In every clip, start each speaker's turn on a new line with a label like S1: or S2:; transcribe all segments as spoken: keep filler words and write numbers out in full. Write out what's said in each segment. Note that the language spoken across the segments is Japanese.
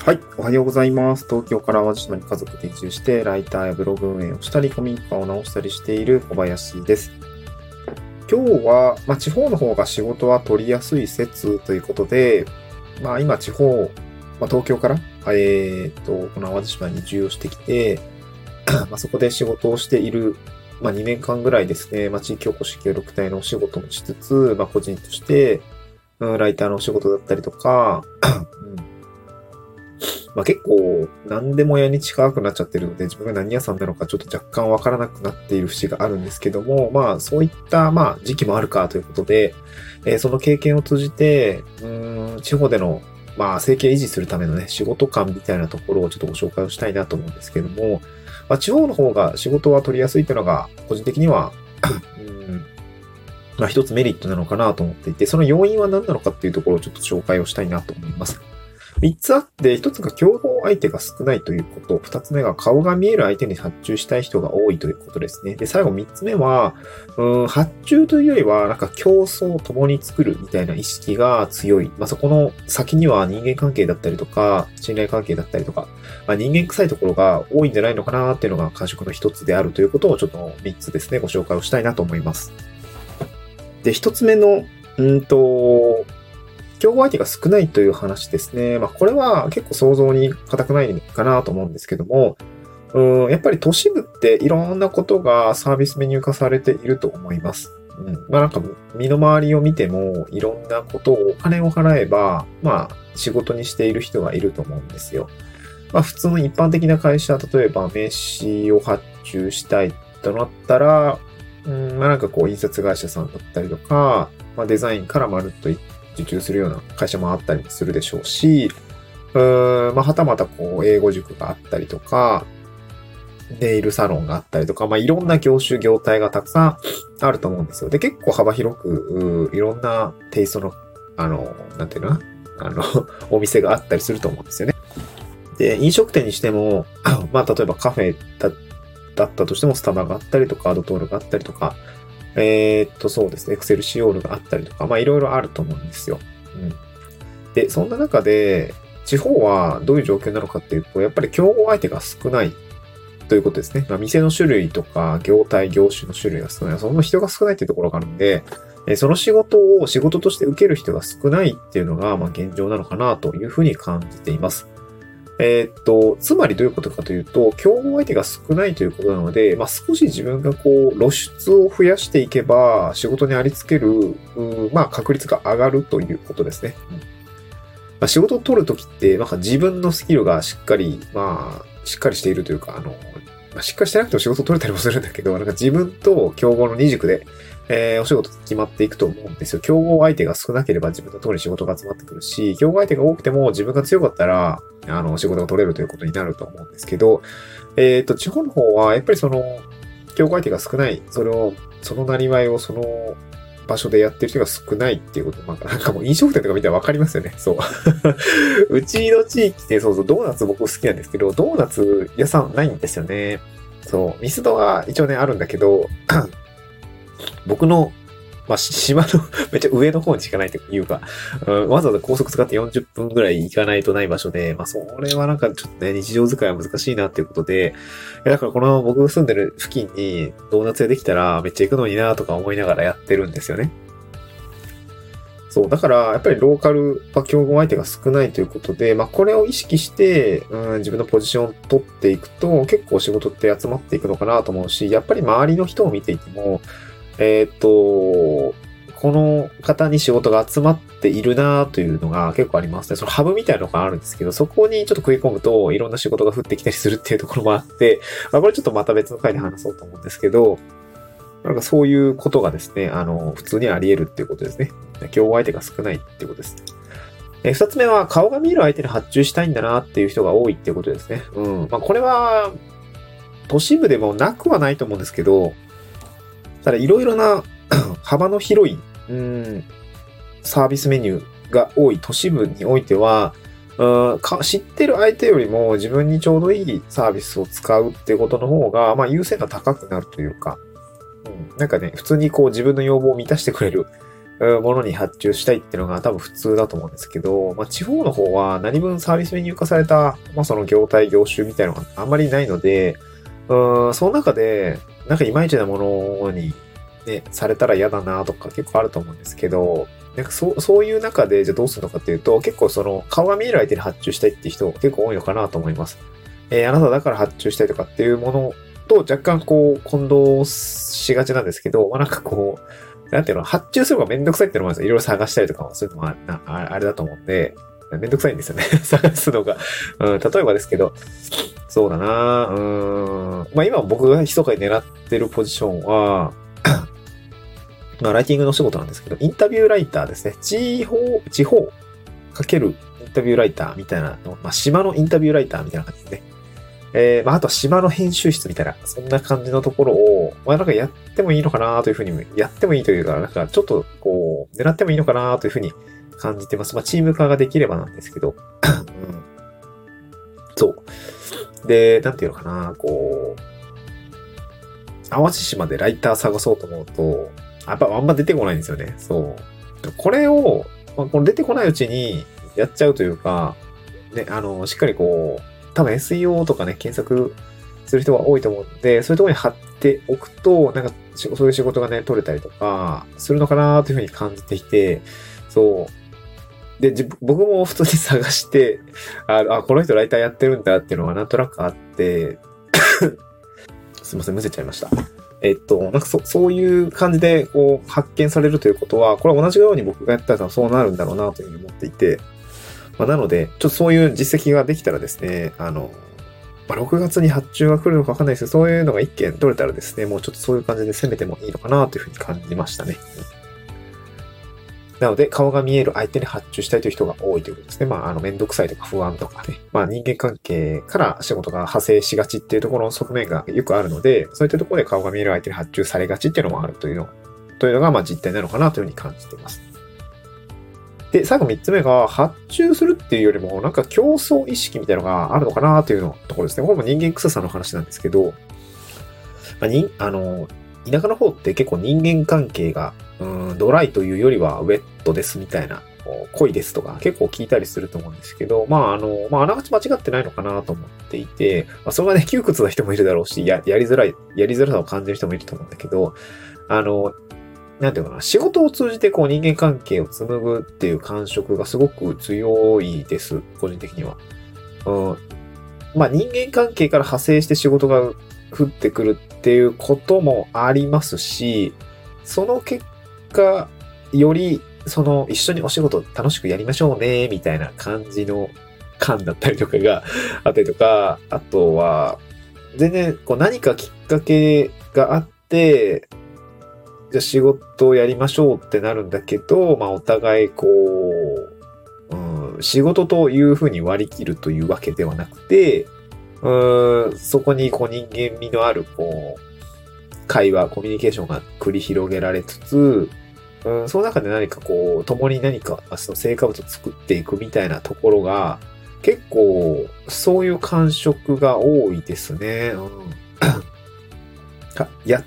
S1: はい、おはようございます。東京から淡路島に家族で移住して、ライターやブログ運営をしたり、古民家を直したりしている小林です。今日は、まあ、地方の方が仕事は取りやすい説ということで、まあ、今地方、まあ、東京から、えー、っと、この淡路島に移住をしてきて、まあ、そこで仕事をしている、まあ、にねんかんぐらいですね、まあ、地域おこし協力隊のお仕事もしつつ、まあ、個人として、うん、ライターのお仕事だったりとか、うんまあ、結構何でも屋に近くなっちゃってるので、自分が何屋さんなのかちょっと若干わからなくなっている節があるんですけども、まあそういったまあ時期もあるかということで、えー、その経験を通じて、うーん地方でのまあ生計維持するためのね、仕事感みたいなところをちょっとご紹介をしたいなと思うんですけども、まあ地方の方が仕事は取りやすいというのが個人的には、うんまあ一つメリットなのかなと思っていて、その要因は何なのかっていうところをちょっと紹介をしたいなと思います。三つあって、一つが競合相手が少ないということ。二つ目が顔が見える相手に発注したい人が多いということですね。で、最後三つ目は、うん、発注というよりは、なんか競争を共に作るみたいな意識が強い。まあ、そこの先には人間関係だったりとか、信頼関係だったりとか、まあ、人間臭いところが多いんじゃないのかなっていうのが感触の一つであるということをちょっと三つですね、ご紹介をしたいなと思います。で、一つ目の、うんと、競合相手が少ないという話ですね。まあ、これは結構想像に難くないかなと思うんですけども、うん、やっぱり都市部っていろんなことがサービスメニュー化されていると思います。うん。まあなんか身の回りを見てもいろんなことをお金を払えば、まあ仕事にしている人がいると思うんですよ。まあ普通の一般的な会社、例えば名刺を発注したいとなったら、うん、まあなんかこう印刷会社さんだったりとか、まあデザインからまるっと受注するような会社もあったりもするでしょうし、うーん、まあ、はたまたこう、英語塾があったりとか、ネイルサロンがあったりとか、まあ、いろんな業種、業態がたくさんあると思うんですよ。で、結構幅広く、いろんなテイストの、あの、なんていうのあの、お店があったりすると思うんですよね。で、飲食店にしても、まあ、例えばカフェだだったとしても、スタバがあったりとか、アドトールがあったりとか、えー、っと、そうですね。エクセルシオールがあったりとか、まあいろいろあると思うんですよ。うん。で、そんな中で、地方はどういう状況なのかっていうと、やっぱり競合相手が少ないということですね。まあ店の種類とか、業態、業種の種類が少ない。その人が少ないっていうところがあるんで、その仕事を仕事として受ける人が少ないっていうのが、まあ現状なのかなというふうに感じています。えーっと、つまりどういうことかというと、競合相手が少ないということなので、まあ、少し自分がこう、露出を増やしていけば、仕事にありつける、うまあ、確率が上がるということですね。うんまあ、仕事を取るときって、なんか自分のスキルがしっかり、まあ、しっかりしているというか、あの、まあ、しっかりしてなくても仕事を取れたりもするんだけど、なんか自分と競合の二軸で、えー、お仕事決まっていくと思うんですよ。競合相手が少なければ自分の通り仕事が集まってくるし、競合相手が多くても自分が強かったら、あの、仕事が取れるということになると思うんですけど、えっと、地方の方は、やっぱりその、競合相手が少ない、それを、そのなりわいをその場所でやってる人が少ないっていうこと、まあ、なんかもう飲食店とか見たらわかりますよね。そう。うちの地域で、そうそう、ドーナツ僕好きなんですけど、ドーナツ屋さんないんですよね。そう、ミスドは一応ね、あるんだけど、僕の、まあ、島のめっちゃ上の方にしかないというか、うん、わざわざ高速使ってよんじゅっぷんぐらい行かないとない場所で、まあ、それはなんかちょっとね、日常使いは難しいなっていうことで、だからこの僕が住んでる付近にドーナツ屋できたらめっちゃ行くのになとか思いながらやってるんですよね。そう、だからやっぱりローカルは競合相手が少ないということで、まあこれを意識して、うん、自分のポジションを取っていくと結構仕事って集まっていくのかなと思うし、やっぱり周りの人を見ていても、えーっと、この方に仕事が集まっているなというのが結構ありますね。そのハブみたいなのがあるんですけど、そこにちょっと食い込むといろんな仕事が降ってきたりするっていうところもあって、まあこれちょっとまた別の回で話そうと思うんですけど、なんかそういうことがですね、あの、普通にあり得るっていうことですね。競合相手が少ないっていうことです。え、二つ目は顔が見える相手に発注したいんだなっていう人が多いっていうことですね。うん。まあこれは、都市部でもなくはないと思うんですけど、ただいろいろな幅の広い、うん、サービスメニューが多い都市部においては、うんか知ってる相手よりも自分にちょうどいいサービスを使うっていうことの方が、まあ優先が高くなるというか、うん、なんかね、普通にこう自分の要望を満たしてくれる、 ものに発注したいっていうのが多分普通だと思うんですけど、まあ、地方の方は何分サービスメニュー化された、まあ、その業態、業種みたいなのがあんまりないので、うん、その中で、なんかいまいちなものに、ね、されたら嫌だなとか結構あると思うんですけど、なんかそう、そういう中でじゃあどうするのかっていうと、結構その顔が見える相手に発注したいっていう人結構多いのかなと思います。えー、あなただから発注したいとかっていうものと若干こう混同しがちなんですけど、まあ、なんかこう、なんていうの、発注するのがめんどくさいっていうのもあるんですよ。いろいろ探したりとかもそういうのもあなああれだと思うんで、めんどくさいんですよね。探すのが。うん、例えばですけど、そうだなうーん。まあ今僕が密かに狙ってるポジションは、まあライティングの仕事なんですけど、インタビューライターですね。地方、地方かけるインタビューライターみたいなの、まあ島のインタビューライターみたいな感じですね。えー、まあ、あとは島の編集室みたいな、そんな感じのところを、まあ、なんかやってもいいのかなというふうに、やってもいいというか、なんかちょっとこう、狙ってもいいのかなというふうに感じてます。まあ、チーム化ができればなんですけど。うん、そう。で、なんていうのかな、こう、淡路島でライター探そうと思うと、やっぱあんま出てこないんですよね。そう。これを、まあ、この出てこないうちにやっちゃうというか、ね、あの、しっかりこう、多分 エスイーオー とかね、検索する人が多いと思うんで、そういうところに貼っておくと、なんか、そういう仕事がね、取れたりとか、するのかなというふうに感じていて、そう。で、僕も普通に探して、あ、あこの人ライターやってるんだっていうのがなんとなくあって、すいません、むせちゃいました。えっと、なんかそ、そういう感じで、こう、発見されるということは、これは同じように僕がやったらそうなるんだろうなというふうに思っていて、まあ、なので、ちょっとそういう実績ができたらですね、あの、まあ、ろくがつに発注が来るのかわかんないですけど、そういうのが一件取れたらですね、もうちょっとそういう感じで攻めてもいいのかなというふうに感じましたね。なので、顔が見える相手に発注したいという人が多いということですね。まあ、あの、めんどくさいとか不安とかね。まあ、人間関係から仕事が派生しがちっていうところの側面がよくあるので、そういったところで顔が見える相手に発注されがちっていうのもあるというの、というのが、まあ、実態なのかなというふうに感じています。で、最後三つ目が、発注するっていうよりも、なんか競争意識みたいなのがあるのかなというのところですね。これも人間臭さの話なんですけど、まあ、に、あの、田舎の方って結構人間関係が、うん、ドライというよりはウェットですみたいな、濃いですとか結構聞いたりすると思うんですけど、まああの、まああながち間違ってないのかなと思っていて、まあそれがね、窮屈な人もいるだろうし、や、やりづらい、やりづらさを感じる人もいると思うんだけど、あの、なんていうかな、仕事を通じてこう人間関係を紡ぐっていう感触がすごく強いです、個人的には。うん、まあ人間関係から派生して仕事が降ってくるっていうこともありますし、その結果、よりその一緒にお仕事楽しくやりましょうね、みたいな感じの感だったりとかがあったりとか、あとは、全然こう何かきっかけがあって、じゃあ仕事をやりましょうってなるんだけど、まあお互いこう、うん、仕事というふうに割り切るというわけではなくて、うん、そこにこう人間味のあるこう、会話、コミュニケーションが繰り広げられつつ、うん、その中で何かこう、共に何かその成果物を作っていくみたいなところが、結構そういう感触が多いですね。うん、やって、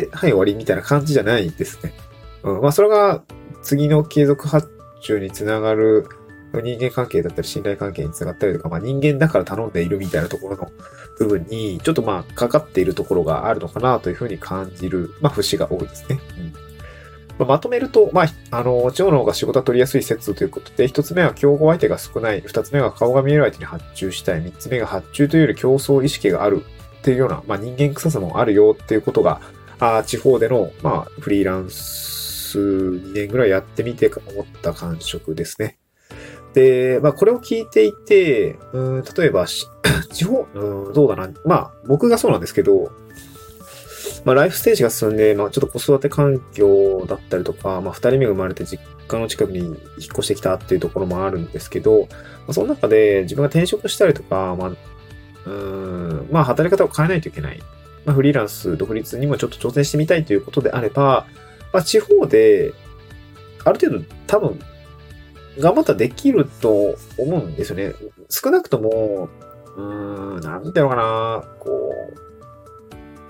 S1: はい終わりみたいな感じじゃないですね。うん、まあそれが次の継続発注につながる人間関係だったり信頼関係につながったりとか、まあ人間だから頼んでいるみたいなところの部分にちょっとまあかかっているところがあるのかなというふうに感じる、まあ節が多いですね。うんまあ、まとめると、まあ、あの、地方の方が仕事が取りやすい説ということで、一つ目は競合相手が少ない、二つ目は顔が見える相手に発注したい、三つ目が発注というより競争意識があるっていうような、まあ人間臭さもあるよっていうことが、あ地方での、まあ、フリーランスにねんぐらいやってみて思った感触ですね。で、まあ、これを聞いていて、うん例えば、地方、うん、どうだな。まあ、僕がそうなんですけど、まあ、ライフステージが進んで、まあ、ちょっと子育て環境だったりとか、まあ、二人目が生まれて実家の近くに引っ越してきたっていうところもあるんですけど、まあ、その中で自分が転職したりとか、まあ、うーん、まあ、働き方を変えないといけない。まあ、フリーランス、独立にもちょっと挑戦してみたいということであれば、まあ、地方で、ある程度多分、頑張ったらできると思うんですよね。少なくとも、うーん、なんていうのかな、こう、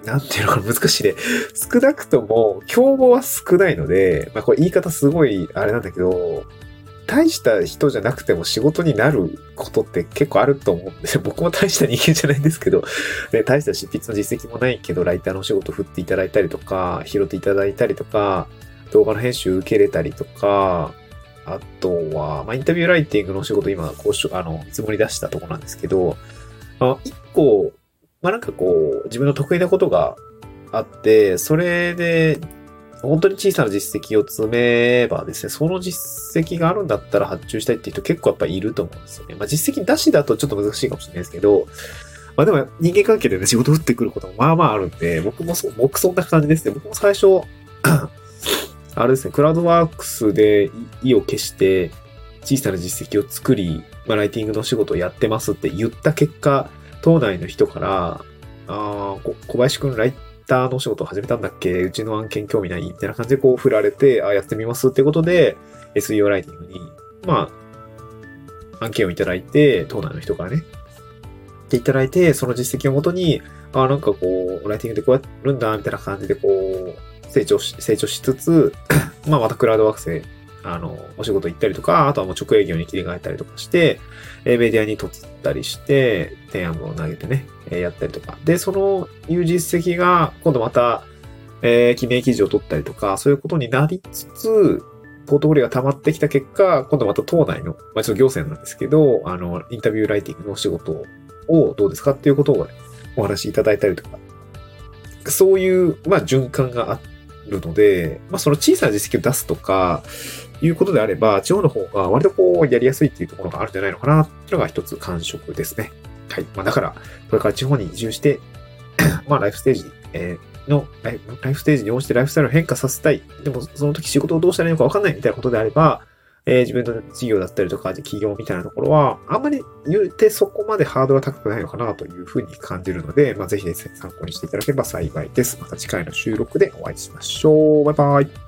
S1: なんていうのかな、難しいね。少なくとも、競合は少ないので、まあこれ言い方すごいあれなんだけど、大した人じゃなくても仕事になることって結構あると思うんですよ。僕も大した人間じゃないんですけど、ね、大した執筆の実績もないけど、ライターのお仕事振っていただいたりとか、拾っていただいたりとか、動画の編集受けれたりとか、あとは、まあ、インタビューライティングのお仕事今、こう、あの、見積もり出したところなんですけど、あ一個、まあ、なんかこう、自分の得意なことがあって、それで、本当に小さな実績を積めばですね、その実績があるんだったら発注したいっていう人結構やっぱりいると思うんですよね。まあ実績出しだとちょっと難しいかもしれないですけど、まあでも人間関係でね、仕事降ってくることもまあまああるんで、僕もそう、僕そんな感じですね。僕も最初、あれですね、クラウドワークスで意を決して小さな実績を作り、まあライティングの仕事をやってますって言った結果、島内の人から、ああ、小林くんライターのお仕事を始めたんだっけ、うちの案件興味ないみたいな感じでこう振られて、ああ、やってみますってことで、エスイーオー ライティングに、まあ、案件をいただいて、島内の人からね、っていただいて、その実績をもとに、ああ、なんかこう、ライティングでこうやるんだ、みたいな感じでこう、成長し、成長しつつ、まあまたクラウドワークスで、あの、お仕事行ったりとか、あとはもう直営業に切り替えたりとかして、えメディアにとったりして、提案文を投げてね、えやったりとか。で、そのいう実績が、今度また、えー、記名記事を取ったりとか、そういうことになりつつ、ポートフォリオが溜まってきた結果、今度また島内の、まあちょっと行政なんですけど、あの、インタビューライティングのお仕事をどうですかっていうことを、ね、お話しいただいたりとか、そういう、まあ循環があるので、まあその小さな実績を出すとか、いうことであれば、地方の方が割とこうやりやすいっていうところがあるんじゃないのかなっていうのが一つ感触ですね。はい。まあだから、これから地方に移住して、まあライフステージ、えー、のライフ、ライフステージに応じてライフスタイルを変化させたい。でもその時仕事をどうしたらいいのかわかんないみたいなことであれば、えー、自分の事業だったりとか、企業みたいなところは、あんまり言うてそこまでハードルが高くないのかなというふうに感じるので、まあぜひですね、参考にしていただければ幸いです。また次回の収録でお会いしましょう。バイバイ。